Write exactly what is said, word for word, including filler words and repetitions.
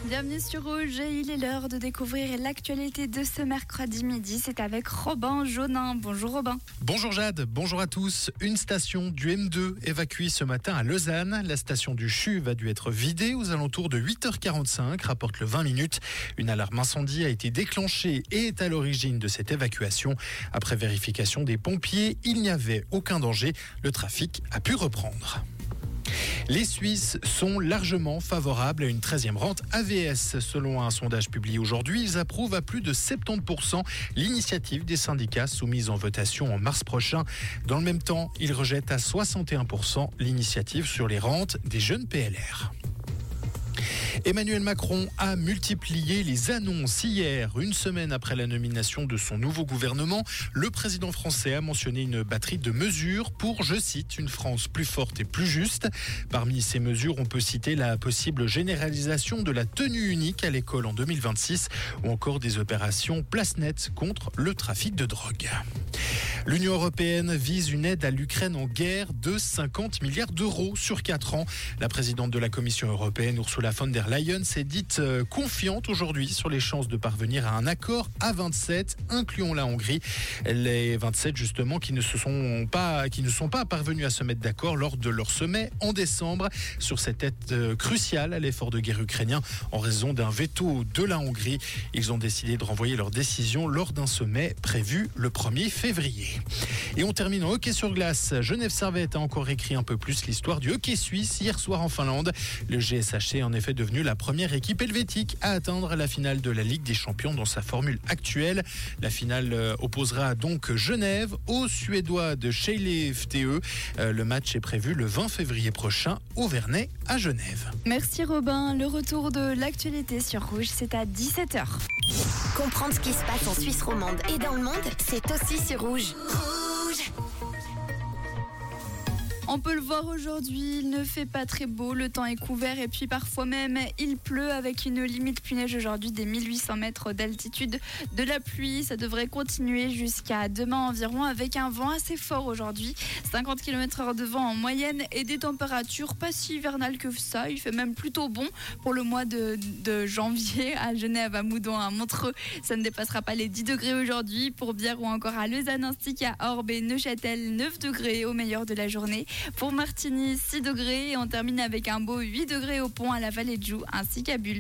Bienvenue sur Rouge, il est l'heure de découvrir l'actualité de ce mercredi midi. C'est avec Robin Jaunin. Bonjour Robin. Bonjour Jade, bonjour à tous. Une station du M deux évacuée ce matin à Lausanne. La station du CHUV a dû être vidée aux alentours de huit heures quarante-cinq, rapporte le vingt minutes. Une alarme incendie a été déclenchée et est à l'origine de cette évacuation. Après vérification des pompiers, il n'y avait aucun danger. Le trafic a pu reprendre. Les Suisses sont largement favorables à une treizième rente A V S. Selon un sondage publié aujourd'hui, ils approuvent à plus de soixante-dix pour cent l'initiative des syndicats soumise en votation en mars prochain. Dans le même temps, ils rejettent à soixante et un pour cent l'initiative sur les rentes des jeunes P L R. Emmanuel Macron a multiplié les annonces hier. Une semaine après la nomination de son nouveau gouvernement, le président français a mentionné une batterie de mesures pour, je cite, une France plus forte et plus juste. Parmi ces mesures, on peut citer la possible généralisation de la tenue unique à l'école en deux mille vingt-six ou encore des opérations place nette contre le trafic de drogue. L'Union européenne vise une aide à l'Ukraine en guerre de cinquante milliards d'euros sur quatre ans. La présidente de la Commission européenne, Ursula von der Leyen, s'est dite confiante aujourd'hui sur les chances de parvenir à un accord à vingt-sept, incluant la Hongrie. Les vingt-sept, justement, qui ne, se sont pas, qui ne sont pas parvenus à se mettre d'accord lors de leur sommet en décembre sur cette aide cruciale à l'effort de guerre ukrainien en raison d'un veto de la Hongrie. Ils ont décidé de renvoyer leur décision lors d'un sommet prévu le premier février. Et on termine en hockey sur glace. Genève Servette a encore écrit un peu plus l'histoire du hockey suisse hier soir en Finlande. Le G S H C est en effet devenu la première équipe helvétique à atteindre la finale de la Ligue des Champions dans sa formule actuelle. La finale opposera donc Genève aux Suédois de Skellefteå. Le match est prévu le vingt février prochain au Vernet à Genève. Merci Robin. Le retour de l'actualité sur Rouge, c'est à dix-sept heures. Comprendre ce qui se passe en Suisse romande et dans le monde, c'est aussi sur Rouge. Rouge. On peut le voir aujourd'hui, il ne fait pas très beau, le temps est couvert et puis parfois même il pleut avec une limite pluie-neige aujourd'hui des mille huit cents mètres d'altitude. De la pluie, ça devrait continuer jusqu'à demain environ avec un vent assez fort aujourd'hui, cinquante kilomètres heure de vent en moyenne et des températures pas si hivernales que ça. Il fait même plutôt bon pour le mois de, de janvier à Genève, à Moudon, à Montreux. Ça ne dépassera pas les dix degrés aujourd'hui. Pour Bière ou encore à Lausanne ainsi qu'à Orbe et Neuchâtel, neuf degrés au meilleur de la journée. Pour Martigny, six degrés et on termine avec un beau huit degrés au pont à la Vallée de Joux ainsi qu'à Bulle.